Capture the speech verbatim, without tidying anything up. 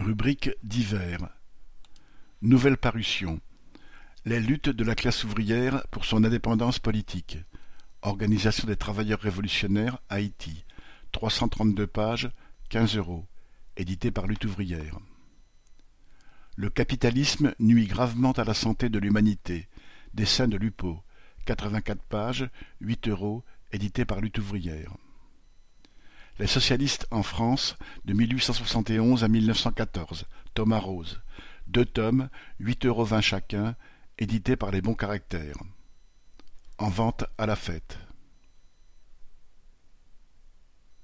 Rubrique divers. Nouvelle parution. Les luttes de la classe ouvrière pour son indépendance politique. Organisation des travailleurs révolutionnaires, Haïti. trois cent trente-deux pages, quinze euros. Édité par Lutte ouvrière. Le capitalisme nuit gravement à la santé de l'humanité. Dessin de Lupo. quatre-vingt-quatre pages, huit euros. Édité par Lutte ouvrière. Les socialistes en France, de mille huit cent soixante et onze à mille neuf cent quatorze, Thomas Rose. Deux tomes, huit euros vingt chacun, édités par les Bons Caractères. En vente à la fête.